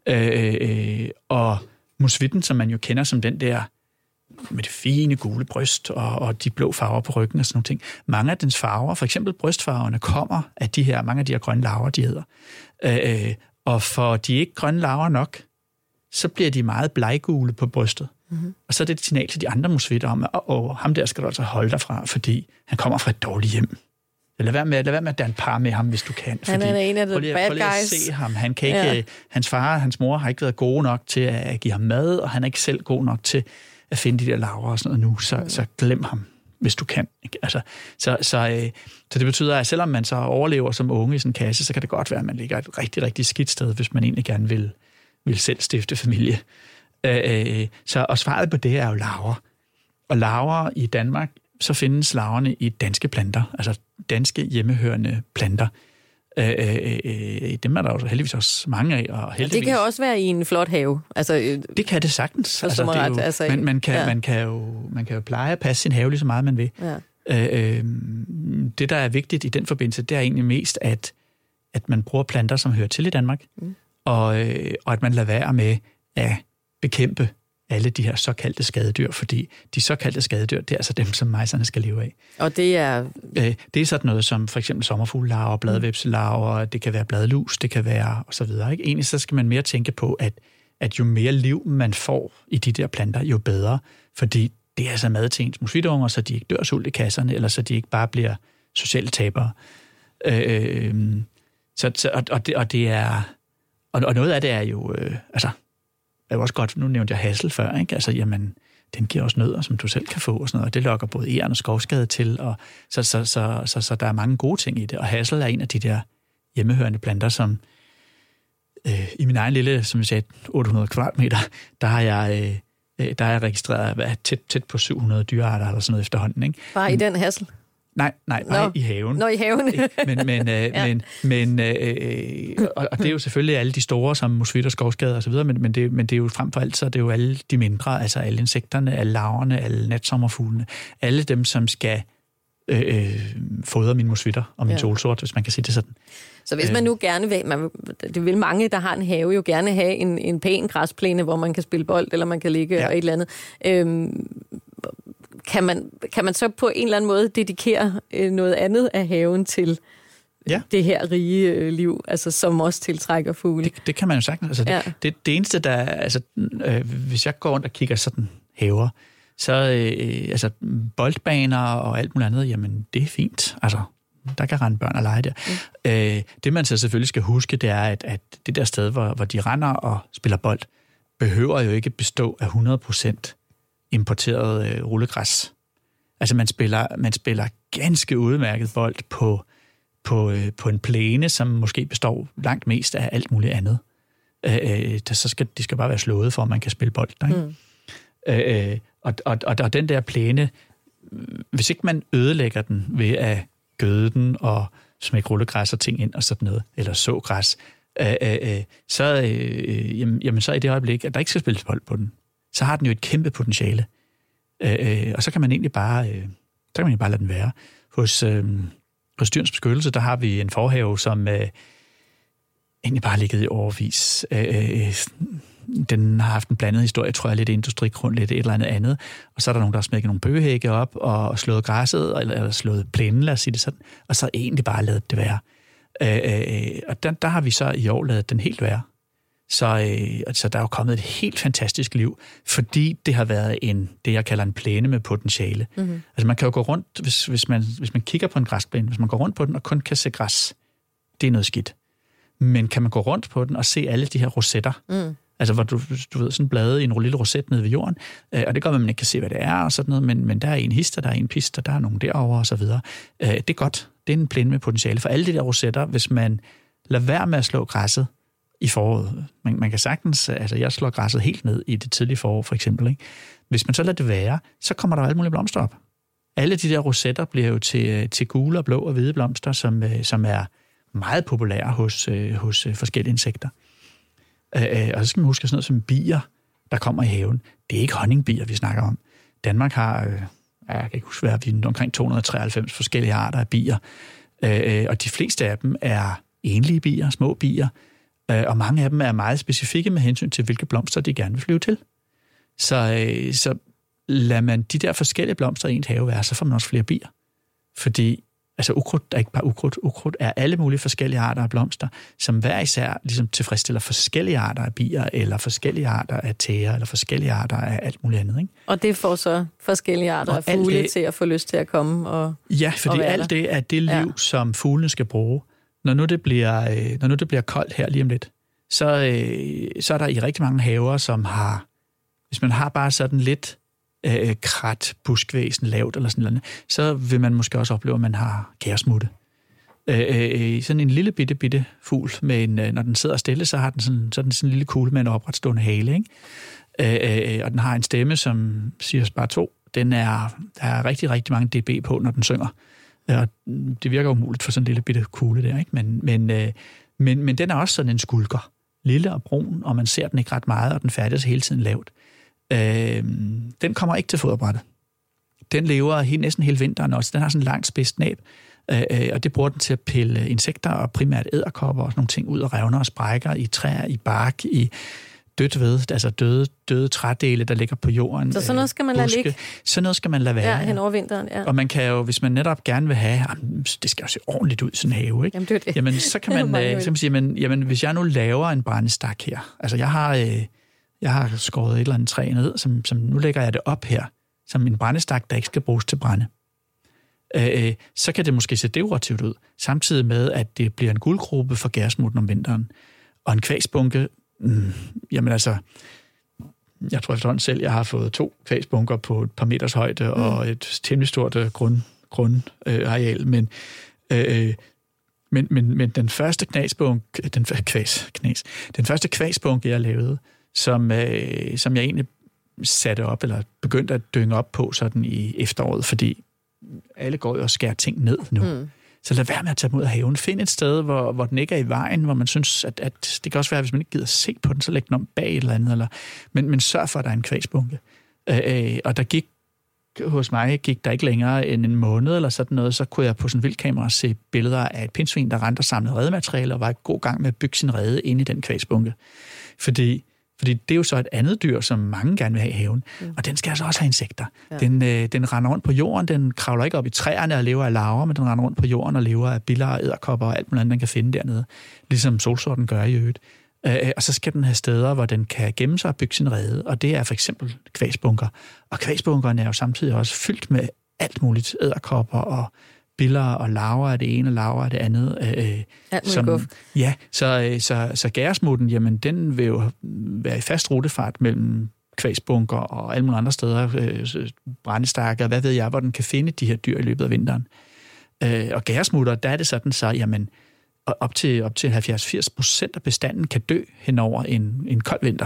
Og musvitten, som man jo kender som den der med det fine gule bryst og de blå farver på ryggen og sådan nogle ting. Mange af dens farver, for eksempel brystfarverne, kommer af mange af de her grønne larver, de hedder. Og for de ikke grønne larver nok, så bliver de meget bleggule på brystet. Mm-hmm. Og så er det et signal til de andre musvitter om, at ham der skal du altså holde dig fra, fordi han kommer fra et dårligt hjem. Lad være med at danne par med ham, hvis du kan. Han er en af de bad guys. Prøv lige at se ham. Han kan ikke, hans far og hans mor har ikke været gode nok til at give ham mad, og han er ikke selv god nok til at finde de der laver og sådan noget nu, så glem ham, hvis du kan. Ikke? Altså, så det betyder, at selvom man så overlever som unge i sådan en kasse, så kan det godt være, at man ligger et rigtig, rigtig skidt sted, hvis man egentlig gerne vil selv stifte familie. Og svaret på det er jo laver. Og laver i Danmark, så findes laverne i danske planter, altså danske hjemmehørende planter. Dem er der jo heldigvis også mange af. Og heldigvis, det kan også være i en flot have. Altså, det kan det sagtens. Man kan jo pleje at passe sin have lige så meget, man vil. Ja. Det, der er vigtigt i den forbindelse, det er egentlig mest, at man bruger planter, som hører til i Danmark, og at man lader være med at bekæmpe alle de her såkaldte skadedyr, fordi de såkaldte skadedyr, det er altså dem, som mejserne skal leve af. Og det er? Det er sådan noget som for eksempel sommerfuglelarver, bladvæbselarver, det kan være bladlus, det kan være og så videre. Ikke? Egentlig så skal man mere tænke på, at jo mere liv man får i de der planter, jo bedre, fordi det er altså mad til ens mosvitunger, så de ikke dør sult i kasserne, eller så de ikke bare bliver sociale tabere. Og noget af det er jo, det er jo også godt, nu nævnte jeg hassel før, ikke? Altså, jamen, den giver også nødder, som du selv kan få, og sådan noget, og det lokker både egern og skovskade til, og så der er mange gode ting i det, og hassel er en af de der hjemmehørende planter, som i min egen lille, som jeg sagde, 800 kvadratmeter, der har jeg registreret tæt på 700 dyrearter eller sådan noget efterhånden, ikke? Bare i den hassel? Nej, i haven. Nå, i haven. Og det er jo selvfølgelig alle de store, som mosvitter, skovskade og så videre, men det er jo frem for alt, så er det jo alle de mindre, altså alle insekterne, alle larverne, alle natsommerfuglene, alle dem, som skal fodre mine mosvitter og min solsort, hvis man kan sige det sådan. Så hvis man nu gerne vil, det vil mange, der har en have, jo gerne have en pæn græsplæne, hvor man kan spille bold, eller man kan ligge og et eller andet. Kan man så på en eller anden måde dedikere noget andet af haven til det her rige liv, altså som også tiltrækker fugle? Det kan man jo sagtens. Altså, det eneste, der altså, hvis jeg går rundt og kigger sådan haver, så altså boldbaner og alt muligt andet, jamen det er fint. Altså, der kan rende børn og lege der. Det man så selvfølgelig skal huske, det er, at det der sted, hvor de render og spiller bold, behøver jo ikke bestå af 100% importeret rullegræs. Altså man spiller ganske udmærket bold på en plæne, som måske består langt mest af alt muligt andet. De skal bare være slået for, at man kan spille bold der, ikke? Og den der plæne, hvis ikke man ødelægger den ved at gøde den og smække rullegræs og ting ind og sådan noget, eller så græs, så i det øjeblik, at der ikke skal spilles bold på den, så har den jo et kæmpe potentiale. Og så kan man egentlig bare, lade den være. Hos Dyrenes Beskyttelse, der har vi en forhave, som egentlig bare ligget i årevis. Den har haft en blandet historie, tror jeg, lidt industrigrund, lidt et eller andet. Og så er der nogen, der har smækket nogle bøgehække op og slået græsset, eller slået plænen, lad os sige det sådan, og så egentlig bare ladet det være. Og der har vi så i år ladet den helt være. Så der er jo kommet et helt fantastisk liv, fordi det har været det jeg kalder en plæne med potentiale. Mm-hmm. Altså man kan jo gå rundt, hvis man kigger på en græsplæne, hvis man går rundt på den og kun kan se græs, det er noget skidt. Men kan man gå rundt på den og se alle de her rosetter, altså hvor du ved, sådan blade i en lille roset nede ved jorden, og det gør man ikke kan se, hvad det er og sådan noget, men der er en hister, der er en pist, og der er nogen derovre og så videre. Det er godt. Det er en plæne med potentiale. For alle de der rosetter, hvis man lader være med at slå græsset i foråret. Man kan sagtens, altså jeg slår græsset helt ned i det tidlige forår for eksempel, ikke? Hvis man så lader det være, så kommer der alle mulige blomster op. Alle de der rosetter bliver jo til gule og blå og hvide blomster, som er meget populære hos forskellige insekter. Og så skal man huske sådan noget som bier, der kommer i haven. Det er ikke honningbier, vi snakker om. Danmark har, jeg kan ikke huske, hvad vi omkring 293 forskellige arter af bier. Og de fleste af dem er enlige bier, små bier, og mange af dem er meget specifikke med hensyn til, hvilke blomster de gerne vil flyve til. Så lader man de der forskellige blomster i en have være, så får man også flere bier. Fordi Altså ukrudt er ikke bare ukrudt. Ukrudt er alle mulige forskellige arter af blomster, som hver især ligesom tilfredsstiller forskellige arter af bier, eller forskellige arter af tæger, eller forskellige arter af alt muligt andet. Ikke? Og det får så forskellige arter af fugle til at få lyst til at komme og ja, fordi alt det er det liv, som fuglene skal bruge. Når nu det bliver koldt her lige om lidt, så er der i rigtig mange haver, som har, hvis man har bare sådan lidt krat, buskvæsen lavt eller sådan noget, så vil man måske også opleve, at man har gærsmutte. Sådan en lille bitte fugl, med når den sidder stille, så har den sådan en lille kugle med en opretstående hale, ikke? Og den har en stemme, som siger bare 2. Der er rigtig, rigtig mange dB på, når den synger. Og det virker umuligt for sådan en lille bitte kugle der, ikke? Men den er også sådan en skulker. Lille og brun, og man ser den ikke ret meget, og den færdes hele tiden lavt. Den kommer ikke til foderbrættet. Den lever næsten hele vinteren også. Den har sådan en langt spidst næb, og det bruger den til at pille insekter og primært edderkopper og sådan nogle ting ud og revner og sprækker i træer, i bark, i dødt ved, altså døde trædele, der ligger på jorden. Så sådan noget skal man lade ligge? Sådan noget skal man lade være. Ja, hen over vinteren, ja. Og man kan jo, hvis man netop gerne vil have, det skal jo se ordentligt ud, sådan en have, ikke? Jamen, det er det. Jamen, så kan man sige, hvis jeg nu laver en brændestak her, altså jeg har skåret et eller andet træ ned, som nu lægger jeg det op her, som en brændestak, der ikke skal bruges til brænde. Så kan det måske se dekorativt ud, samtidig med, at det bliver en guldgruppe for gærsmutten om vinteren. Og en kvægsbunke, jamen altså, jeg tror efterhånden selv, jeg har fået 2 kvægsbunker på et par meters højde og et temmelig stort grundareal, men den første den første kvægsbunke, jeg lavede, som jeg egentlig satte op, eller begyndte at dynge op på sådan i efteråret, fordi alle går jo og skærer ting ned nu. Så lad være med at tage dem ud af haven. Find et sted, hvor den ikke er i vejen, hvor man synes, at det kan også være, hvis man ikke gider se på den, så læg den om bag et eller andet. Men sørg for, at der er en kvægsbunke. Og hos mig gik der ikke længere end en måned eller sådan noget, så kunne jeg på sådan en vildkamera se billeder af et pindsvin, der rendte og samlede redemateriale og var i god gang med at bygge sin rede inde i den kvægsbunke. Fordi det er jo så et andet dyr, som mange gerne vil have i haven. Og den skal altså også have insekter. Ja. Den render rundt på jorden, den kravler ikke op i træerne og lever af larver, men den render rundt på jorden og lever af biller og edderkopper og alt muligt andet, den kan finde dernede. Ligesom solsorten gør i øvrigt. Og så skal den have steder, hvor den kan gemme sig og bygge sin rede. Og det er for eksempel kvægsbunker. Og kvægsbunkerne er jo samtidig også fyldt med alt muligt edderkopper og biller og larver af det ene og larver af det andet. Ja, så gæresmutten, jamen den vil jo være i fast rutefart mellem kvægsbunker og alle mulige andre steder, brændestakker, hvad ved jeg, hvor den kan finde de her dyr i løbet af vinteren. Og gæresmutter, der er det sådan så, jamen op til 70-80% af bestanden kan dø hen over en kold vinter.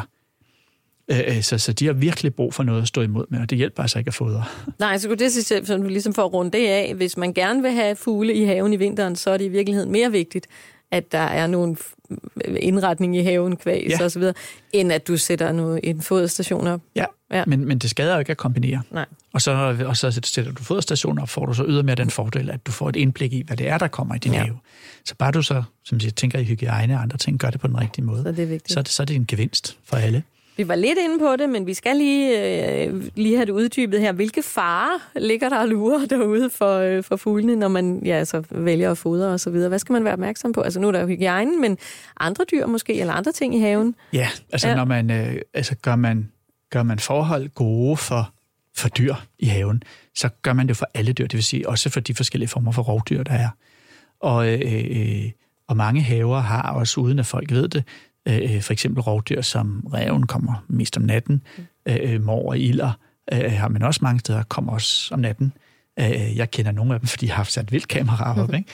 Så de har virkelig brug for noget at stå imod med, og det hjælper altså ikke at fodre. Nej, så kunne det sige, ligesom for at runde det af, hvis man gerne vil have fugle i haven i vinteren, så er det i virkeligheden mere vigtigt, at der er nogle indretning i haven, kvæs og så videre, end at du sætter en foderstation op. Ja. Men det skader jo ikke at kombinere. Nej. Og så sætter du foderstationer op, får du så ydermere den fordel, at du får et indblik i, hvad det er, der kommer i din have. Så bare du så, som siger, tænker i hygiejne og andre ting, gør det på den rigtige måde. Så det er vigtigt. Så er det en gevinst for alle. Vi var lidt inde på det, men vi skal lige have det uddybet her. Hvilke farer ligger der og lurer derude for fuglene, når man vælger at fodre og så videre? Hvad skal man være opmærksom på? Altså nu er der jo hygiejnen, men andre dyr måske, eller andre ting i haven? Ja, når man gør man forhold gode for dyr i haven, så gør man det for alle dyr, det vil sige også for de forskellige former for rovdyr, der er. Og mange haver har også, uden at folk ved det, for eksempel rovdyr som ræven kommer mest om natten, mår og ilder har man også mange steder, kommer også om natten. Jeg kender nogle af dem, fordi jeg har haft sat vildkameraer op, ikke?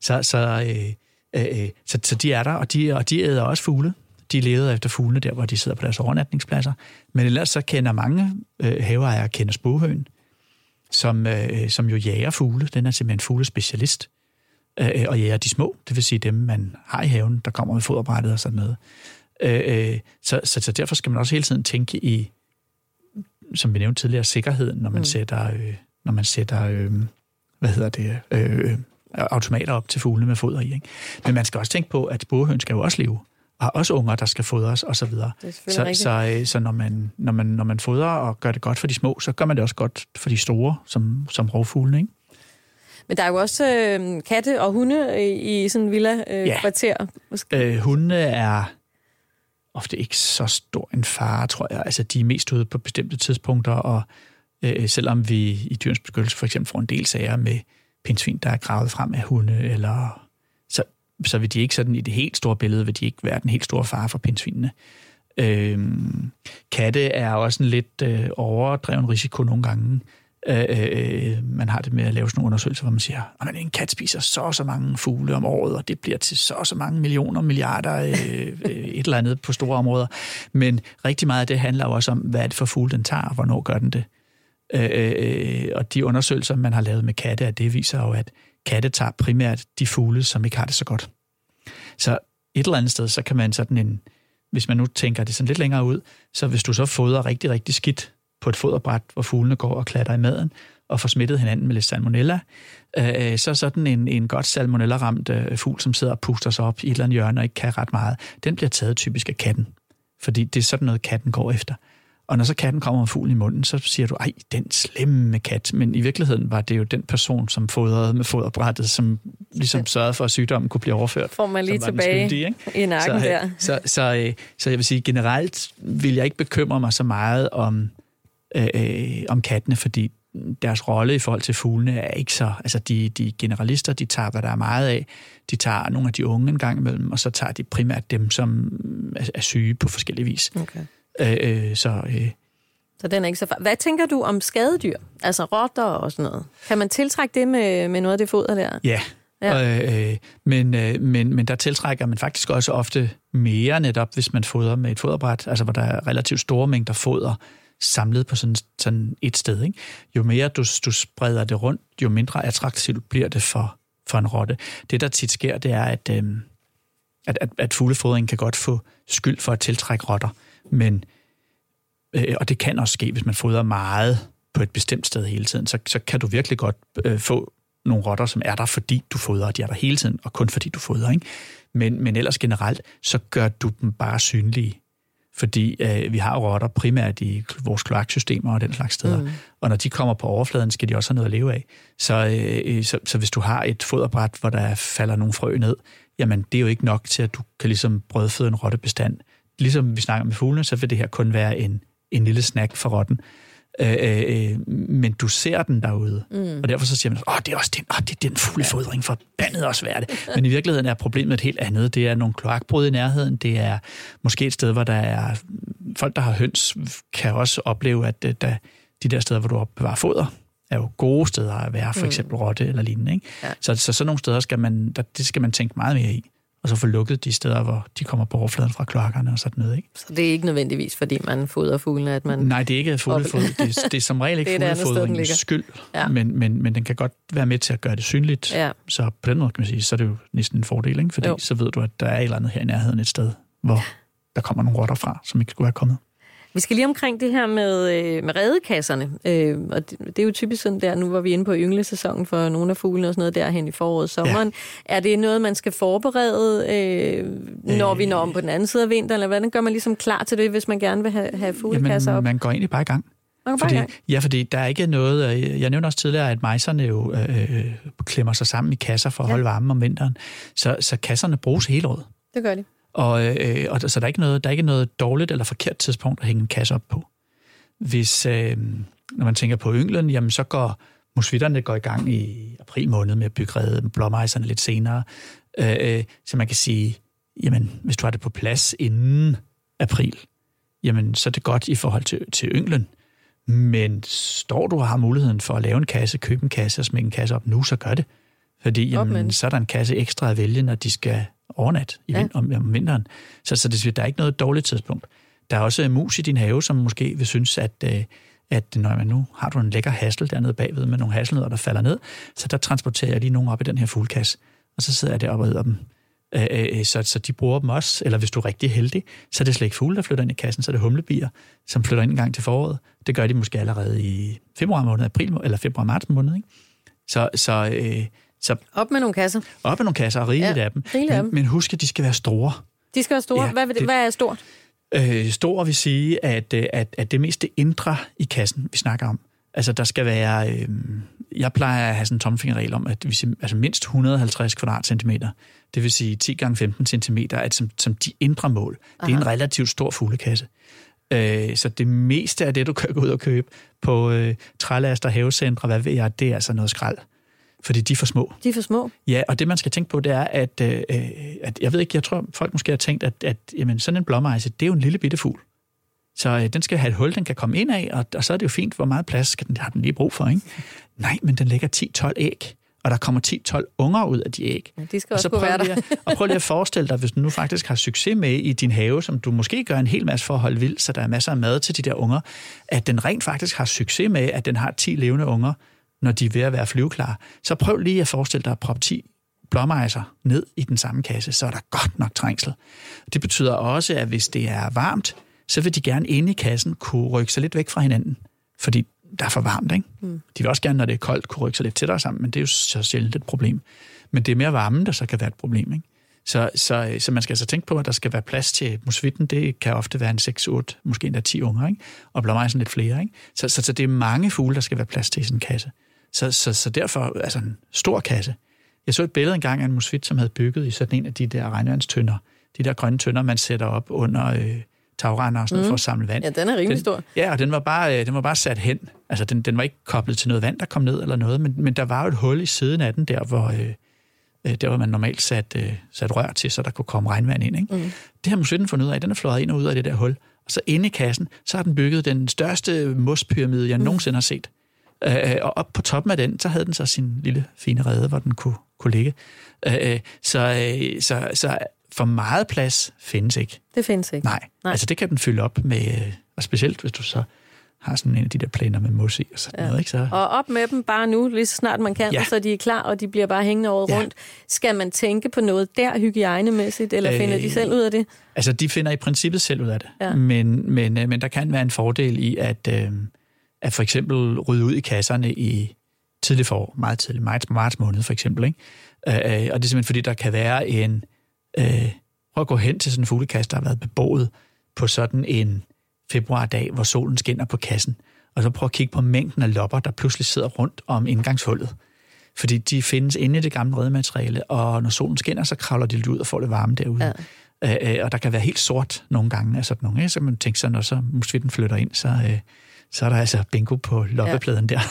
Så de er der, og de æder også fugle. De leder efter fuglene der, hvor de sidder på deres overnatningspladser. Men ellers så kender mange haveejere spurvehøen, som jo jager fugle. Den er simpelthen fuglespecialist. Og jager de små, det vil sige dem, man har i haven, der kommer med foderbrættet og sådan noget. Så derfor skal man også hele tiden tænke i, som vi nævnte tidligere, sikkerheden, når man sætter automater op til fuglene med foder i. Ikke? Men man skal også tænke på, at spurvehøen skal jo også leve, og også unger, der skal fodres og så videre. Så når man fodrer og gør det godt for de små, så gør man det også godt for de store, som rovfuglene, ikke? Men der er jo også katte og hunde i sådan en villa-kvarter. Hundene er ofte ikke så stor en fare, tror jeg. Altså, de er mest ude på bestemte tidspunkter, og selvom vi i Dyrenes Beskyttelse for eksempel får en del sager med pindsvin, der er gravet frem af hunde, eller så vil de ikke sådan i det helt store billede, vil de ikke være den helt store fare for pindsvinene. Katte er også en lidt overdreven risiko nogle gange. Man har det med at lave sådan nogle undersøgelser, hvor man siger, at en kat spiser så mange fugle om året, og det bliver til så mange millioner, milliarder, et eller andet på store områder. Men rigtig meget af det handler også om, hvad er det for fugle, den tager, og hvornår gør den det. Og de undersøgelser, man har lavet med katte, det viser jo, at katte tager primært de fugle, som ikke har det så godt. Så et eller andet sted, så kan man sådan hvis man nu tænker det sådan lidt længere ud, så hvis du så fodrer rigtig, rigtig skidt på et foderbræt, hvor fuglene går og klatter i maden, og får smittet hinanden med lidt salmonella, så sådan en godt salmonella-ramt fugl, som sidder og puster sig op i et eller andet hjørne og ikke kan ret meget, den bliver taget typisk af katten. Fordi det er sådan noget, katten går efter. Og når så katten kommer med fuglen i munden, så siger du, ej, den slemme kat. Men i virkeligheden var det jo den person, som fodrede med foderbrættet, som ligesom sørgede for, at sygdommen kunne blive overført. Får man lige tilbage skyldige, i nakken der. Så jeg vil sige, generelt vil jeg ikke bekymre mig så meget om kattene, fordi deres rolle i forhold til fuglene er ikke så... Altså, de generalister, de tager, hvad der er meget af. De tager nogle af de unge en gang imellem, og så tager de primært dem, som er syge på forskellige vis. Okay. Så den er ikke så farlig. Hvad tænker du om skadedyr? Altså rotter og sådan noget. Kan man tiltrække det med noget af det foder der? Ja. Men der tiltrækker man faktisk også ofte mere netop, hvis man fodrer med et foderbræt, altså hvor der er relativt store mængder foder samlet på sådan et sted. Ikke? Jo mere du spreder det rundt, jo mindre attraktivt bliver det for en rotte. Det, der tit sker, det er, at fuglefodring kan godt få skyld for at tiltrække rotter. Men, og det kan også ske, hvis man fodrer meget på et bestemt sted hele tiden, så kan du virkelig godt få nogle rotter, som er der, fordi du fodrer, de er der hele tiden, og kun fordi du fodrer. Ikke? Men ellers generelt, så gør du dem bare synlige. Fordi vi har rotter primært i vores kloaksystemer og den slags steder. Mm. Og når de kommer på overfladen, skal de også have noget at leve af. Så hvis du har et foderbræt, hvor der falder nogle frø ned, jamen det er jo ikke nok til, at du kan ligesom brødføde en rottebestand. Ligesom vi snakker med fuglene, så vil det her kun være en lille snack for rotten. Men du ser den derude, og derfor så siger man, det er også det er den fuglefodring, forbandet også være det. Men i virkeligheden er problemet et helt andet. Det er nogle kloakbrud i nærheden, det er måske et sted, hvor der er folk, der har høns, kan også opleve, at de der steder, hvor du opbevarer foder, er jo gode steder at være, for eksempel rotte eller lignende. Ikke? Ja. Så sådan nogle steder skal man tænke meget mere i. Og så få lukket de steder, hvor de kommer på overfladen fra kloakkerne og sådan noget. Ikke? Så det er ikke nødvendigvis, fordi man fodrer fuglene, at man... Nej, det er ikke fuglefodring. Det er som regel ikke fuglefodringens skyld, ja. men den kan godt være med til at gøre det synligt. Ja. Så på den måde kan man sige, så er det jo næsten en fordel, ikke? Fordi så ved du, at der er et eller andet her i nærheden et sted, hvor der kommer nogle rotter fra, som ikke skulle være kommet. Vi skal lige omkring det her med redekasserne, og det er jo typisk sådan der, nu var vi inde på ynglesæsonen for nogle af fuglene og sådan noget derhen i foråret, sommeren. Ja. Er det noget, man skal forberede, når vi når om på den anden side af vinteren, eller hvordan gør man ligesom klar til det, hvis man gerne vil have fuglekasser op? Man går egentlig bare i gang. Fordi der er ikke noget... Jeg nævnte også tidligere, at mejserne jo klemmer sig sammen i kasser for at holde varmen om vinteren, så kasserne bruges hele året. Det gør de. Og så der er ikke noget dårligt eller forkert tidspunkt at hænge en kasse op på. Hvis, når man tænker på ynglen, jamen så går musvitterne i gang i april måned med at bygge rede, blåmejserne lidt senere. Så man kan sige, jamen hvis du har det på plads inden april, jamen så er det godt i forhold til ynglen. Men står du og har muligheden for at lave en kasse, købe en kasse og smække en kasse op nu, så gør det. Fordi jamen, så er der en kasse ekstra at vælge, når de skal overnat om vinteren. Så der er ikke noget dårligt tidspunkt. Der er også mus i din have, som måske vil synes, at når man nu har du en lækker hassel dernede bagved med nogle hasselnødder, der falder ned, så der transporterer jeg lige nogle op i den her fuglekasse, og så sidder jeg deroppe og æder dem. Så de bruger dem også, eller hvis du er rigtig heldig, så er det slet ikke fugle, der flytter ind i kassen, så er det humlebier, som flytter ind en gang til foråret. Det gør de måske allerede i februar måned, eller februar-marts måned, ikke? Så op med nogle kasser. Op med nogle kasser, og rigeligt af dem. Men husk, at de skal være store. De skal være store? Ja, hvad er stort? Stor vil sige, at det mest det indre i kassen, vi snakker om. Altså, der skal være... jeg plejer at have sådan en tommelfingerregel om, at altså mindst 150 kvadratcentimeter, det vil sige 10 gange 15 centimeter, at som de indre mål. Aha. Det er en relativt stor fuglekasse. Så det meste af det, du kan gå ud og købe på trælaster, havecentre, hvad ved jeg, det er altså noget skrald. Fordi de er for små. De er for små? Ja, og det man skal tænke på, det er, at jeg ved ikke, jeg tror, folk måske har tænkt, at jamen, sådan en blåmejse, det er jo en lille bitte fugl. Så den skal have et hul, den kan komme ind af, og så er det jo fint, hvor meget plads har den lige brug for, ikke? Nej, men den lægger 10-12 æg, og der kommer 10-12 unger ud af de æg. Ja, de skal også kunne være der. Og prøv lige at forestille dig, hvis du nu faktisk har succes med i din have, som du måske gør en hel masse for at holde vild, så der er masser af mad til de der unger, at den rent faktisk har succes med, at den har 10 levende unger, når de er ved at være flyveklare. Så prøv lige at forestille dig at proppe 10 blåmejser ned i den samme kasse, så er der godt nok trængsel. Det betyder også, at hvis det er varmt, så vil de gerne inde i kassen kunne rykke sig lidt væk fra hinanden, fordi der er for varmt, ikke? De vil også gerne, når det er koldt, kunne rykke sig lidt tættere sammen, men det er jo så sjældent et problem. Men det er mere varmen, der så kan være et problem, ikke? Så man skal altså tænke på, at der skal være plads til musvitten. Det kan ofte være en 6-8, måske endda 10 unger, ikke? Og blåmejsen lidt flere, ikke? Så det er mange fugle, der skal være plads til i sådan en kasse. Så derfor, altså en stor kasse. Jeg så et billede engang af en musvit, som havde bygget i sådan en af de der regnvandstønder. De der grønne tønder, man sætter op under tagrender og sådan noget for at samle vand. Ja, den er rimelig stor. Ja, og den var bare sat hen. Altså, den var ikke koblet til noget vand, der kom ned eller noget, men der var jo et hul i siden af den, der hvor man normalt sat rør til, så der kunne komme regnvand ind, ikke? Det har musvitten fundet ud af. Den er fløjet ind og ud af det der hul. Og så inde i kassen, så har den bygget den største mospyramide, jeg nogensinde har set. Og op på toppen af den, så havde den så sin lille fine rede, hvor den kunne ligge. Så for meget plads findes ikke. Det findes ikke? Nej. Altså det kan den fylde op med, og specielt hvis du så har sådan en af de der plæner med mos i og sådan noget, ikke? Så... Og op med dem bare nu, lige så snart man kan, så de er klar, og de bliver bare hængende året rundt. Skal man tænke på noget der hygiejnemæssigt, eller finder de selv ud af det? Altså de finder i princippet selv ud af det. Ja. Men der kan være en fordel i, at for eksempel rydde ud i kasserne i tidlig forår, meget tidlig, marts måned for eksempel, ikke? Og det er simpelthen fordi, der kan være en... prøv at gå hen til sådan en fuglekasse, der har været beboet på sådan en februardag, hvor solen skinner på kassen, og så prøv at kigge på mængden af lopper, der pludselig sidder rundt om indgangshullet. Fordi de findes inde i det gamle redemateriale, og når solen skinner, så kravler de lidt ud og får det varme derude. Ja. Og der kan være helt sort nogle gange af sådan nogle, så man tænker sig, når så musvitten flytter ind, så er der altså bingo på loppepladen der.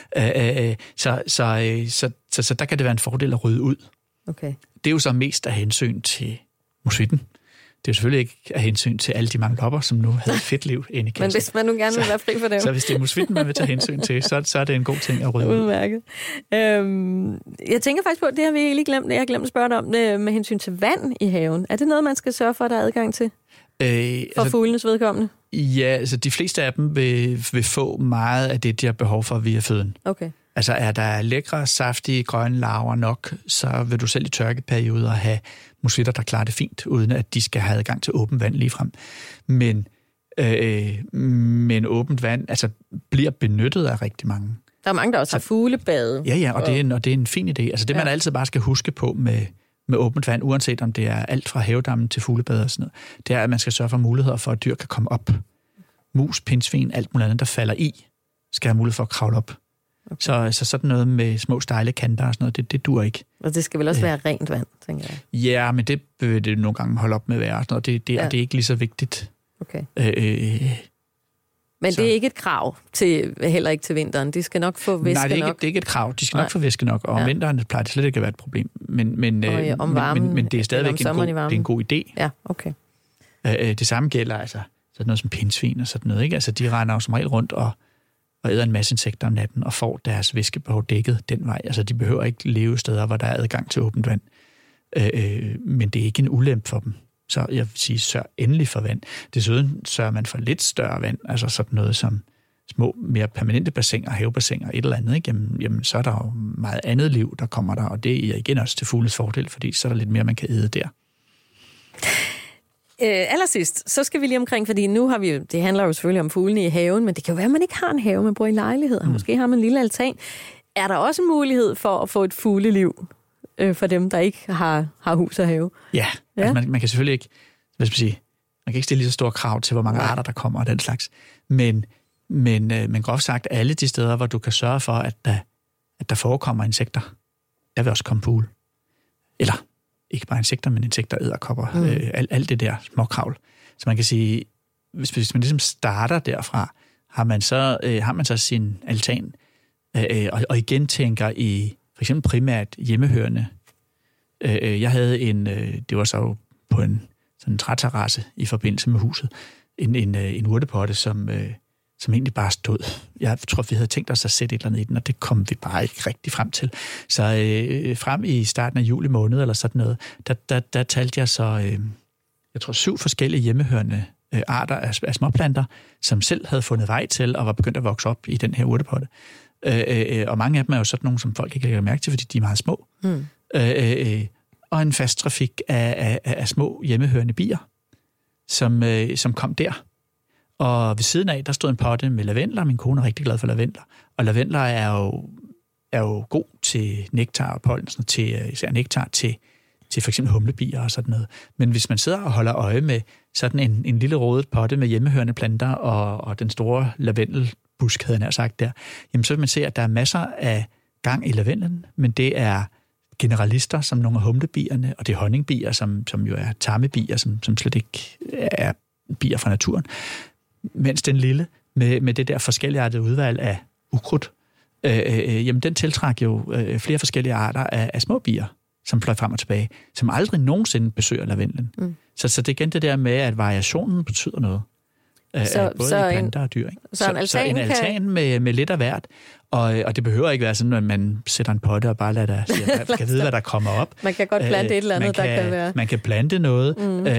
Så der kan det være en fordel at rydde ud. Okay. Det er jo så mest af hensyn til musvitten. Det er jo selvfølgelig ikke af hensyn til alle de mange lopper, som nu havde et fedt liv inde i kassen. Men hvis man nu gerne vil være fri for dem. Så hvis det er musvitten, man vil tage hensyn til, så er det en god ting at rydde ud. Udmærket. Jeg tænker faktisk på, det har vi egentlig glemt. Jeg har glemt at spørge dig om det med hensyn til vand i haven. Er det noget, man skal sørge for, at der er adgang til? For fuglenes vedkommende? Ja, altså de fleste af dem vil få meget af det, de har behov for via føden. Okay. Altså er der lækre, saftige, grønne larver nok, så vil du selv i tørkeperioder have musvitter, der klarer det fint, uden at de skal have adgang til åbent vand ligefrem. Men åbent vand bliver benyttet af rigtig mange. Der er mange, der også har fuglebade. Ja, og det er en fin idé. Altså det, man altid bare skal huske på med åbent vand, uanset om det er alt fra havedammen til fuglebade og sådan noget, det er, at man skal sørge for muligheder for, at dyr kan komme op. Mus, pindsvin, alt muligt andet, der falder i, skal have mulighed for at kravle op. Okay. Så sådan noget med små stejle kanter og sådan noget, det dur ikke. Og det skal vel også være rent vand, tænker jeg. Ja, men det vil det nogle gange holde op med at være. Og det er ikke lige så vigtigt. Okay. Men det er ikke et krav, heller ikke til vinteren. De skal nok få væske nok. Nej, det er ikke et krav. De skal nok få væske nok. Og om vinteren plejer det slet ikke at være et problem. Men det er stadigvæk en god idé. Ja, okay. Det samme gælder altså sådan noget som pindsvin og sådan noget, ikke? Altså de render jo som regel rundt og æder en masse insekter om natten og får deres væskebehov dækket den vej. Altså de behøver ikke leve steder, hvor der er adgang til åbent vand. Men det er ikke en ulempe for dem. Så jeg vil sige, sørg endelig for vand. Desuden sørger man for lidt større vand, altså sådan noget som små, mere permanente bassiner, havebassiner, et eller andet, ikke? Jamen, så er der jo meget andet liv, der kommer der, og det er igen også til fuglenes fordel, fordi så er der lidt mere, man kan æde der. Allersidst, så skal vi lige omkring, fordi nu har vi det handler jo selvfølgelig om fuglene i haven, men det kan jo være, at man ikke har en have, man bor i lejlighed, og måske har man en lille altan. Er der også en mulighed for at få et fugleliv for dem, der ikke har hus og have? Ja. Altså man kan selvfølgelig ikke, man kan ikke stille lige så store krav til, hvor mange arter der kommer og den slags, men Men groft sagt, alle de steder, hvor du kan sørge for, at der forekommer insekter, der vil også komme fugle. Eller ikke bare insekter, men insekter, edderkopper, alt det der småkravl. Så man kan sige, hvis man ligesom starter derfra, har man så sin altan, og igen tænker i for eksempel primært hjemmehørende. Jeg havde det var så på sådan en træterrasse i forbindelse med huset, en urtepotte, som egentlig bare stod. Jeg tror, vi havde tænkt os at sætte et eller andet i den, og det kom vi bare ikke rigtig frem til. Så frem i starten af juli måned, eller sådan noget, der talte jeg så, jeg tror 7 forskellige hjemmehørende arter af småplanter, som selv havde fundet vej til og var begyndt at vokse op i den her urtepotte. Og mange af dem er jo sådan nogle, som folk ikke lægger mærke til, fordi de er meget små. Og en fast trafik af små hjemmehørende bier, som kom der. Og ved siden af, der stod en potte med lavendler. Min kone er rigtig glad for lavendler. Og lavendler er jo god til nektar og pollen, især nektar til for eksempel humlebier og sådan noget. Men hvis man sidder og holder øje med sådan en lille rodet potte med hjemmehørende planter og den store lavendelbusk, havde jeg nær sagt der, jamen så vil man se, at der er masser af gang i lavendlen, men det er generalister, som nogle af humlebierne, og det er honningbier, som jo er tarmebier, som slet ikke er bier fra naturen. Mens den lille, med det der forskelligartede udvalg af ukrudt, jamen den tiltrækker jo flere forskellige arter af små bier, som fløj frem og tilbage, som aldrig nogensinde besøger lavendlen. Så det er igen det der med, at variationen betyder noget. Både i planter og dyr. Ikke? Så en altan med lidt af hvert. Og det behøver ikke være sådan, at man sætter en potte og bare lader skal vide, hvad der kommer op. Man kan godt plante et eller andet, der kan være... Man kan plante noget,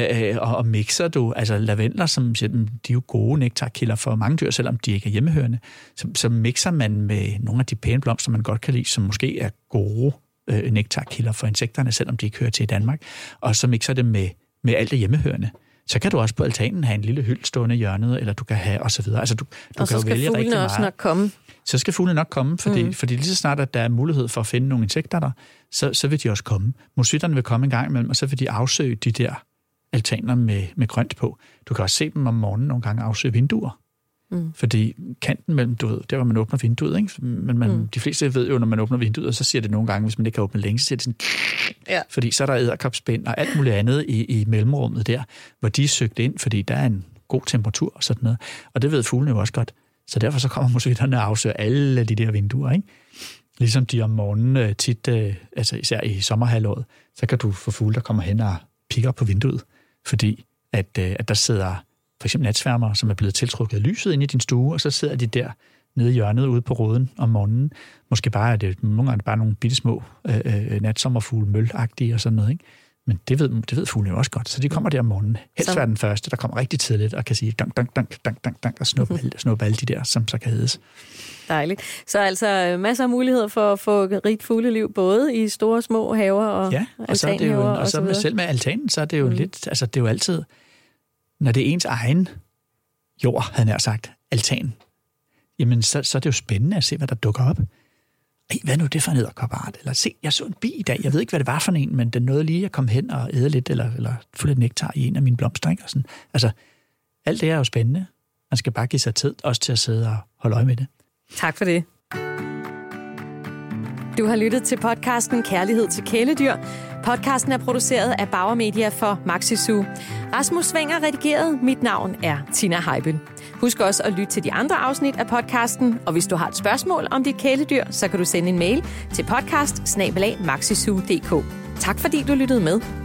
og mixer du... Altså lavendler, de er jo gode nektarkilder for mange dyr, selvom de ikke er hjemmehørende. Så mixer man med nogle af de pæne blomster, man godt kan lide, som måske er gode nektarkilder for insekterne, selvom de ikke hører til i Danmark. Og så mixer det med alt det hjemmehørende. Så kan du også på altanen have en lille hyld stående i hjørnet, eller du kan have og så videre. Altså du kan jo vælge rigtig meget. Og så skal fuglene også nok komme. Så skal fuglene nok komme, fordi lige så snart, at der er mulighed for at finde nogle insekter der, så vil de også komme. Moskytterne vil komme en gang imellem, og så vil de afsøge de der altaner med grønt på. Du kan også se dem om morgenen nogle gange afsøge vinduer. Fordi kanten mellem, du ved, der hvor man åbner vinduet, ikke? Men de fleste ved jo, når man åbner vinduet, så siger det nogle gange, hvis man ikke kan åbne længe, så siger det sådan, fordi så er der edderkopspind og alt muligt andet i mellemrummet der, hvor de er søgt ind, fordi der er en god temperatur og sådan noget. Og det ved fuglene jo også godt. Så derfor så kommer moskytterne og afsøger alle de der vinduer, ikke? Ligesom de om morgenen tit, altså især i sommerhalvåret, så kan du få fugle, der kommer hen og pikker på vinduet, fordi at der sidder for eksempel natsværmer, som er blevet tiltrukket af lyset ind i din stue, og så sidder de der nede i hjørnet ude på roden om morgenen. Måske bare er det nogle gange bare nogle bittesmå natsommerfugle, mølagtige og sådan noget, ikke? Men det ved fuglene jo også godt, så de kommer der om morgenen. Helst være den første, der kommer rigtig tidligt og kan sige dunk, dunk, dunk, dunk, dunk, dunk, og snuppe alle de der, som så kan heddes. Dejligt. Så altså masser af muligheder for at få rigt fugleliv, både i store små haver og altanhaver og så videre. Selv med altanen, så er det jo lidt, altså det er jo altid, når det er ens egen jord, havde jeg sagt, altan, jamen så er det jo spændende at se, hvad der dukker op. Hvad nu det for en edderkopart? Eller se, jeg så en bi i dag, jeg ved ikke, hvad det var for en, men den nåede lige at komme hen og æde lidt, eller få lidt nektar i en af mine blomster, ikke? Og sådan. Altså, alt det er jo spændende. Man skal bare give sig tid, også til at sidde og holde øje med det. Tak for det. Du har lyttet til podcasten Kærlighed til kæledyr. Podcasten er produceret af Bauer Media for Maxi Zoo. Rasmus Svinger redigeret. Mit navn er Tina Heibel. Husk også at lytte til de andre afsnit af podcasten, og hvis du har et spørgsmål om dit kæledyr, så kan du sende en mail til podcast@maxizoo.dk. Tak fordi du lyttede med.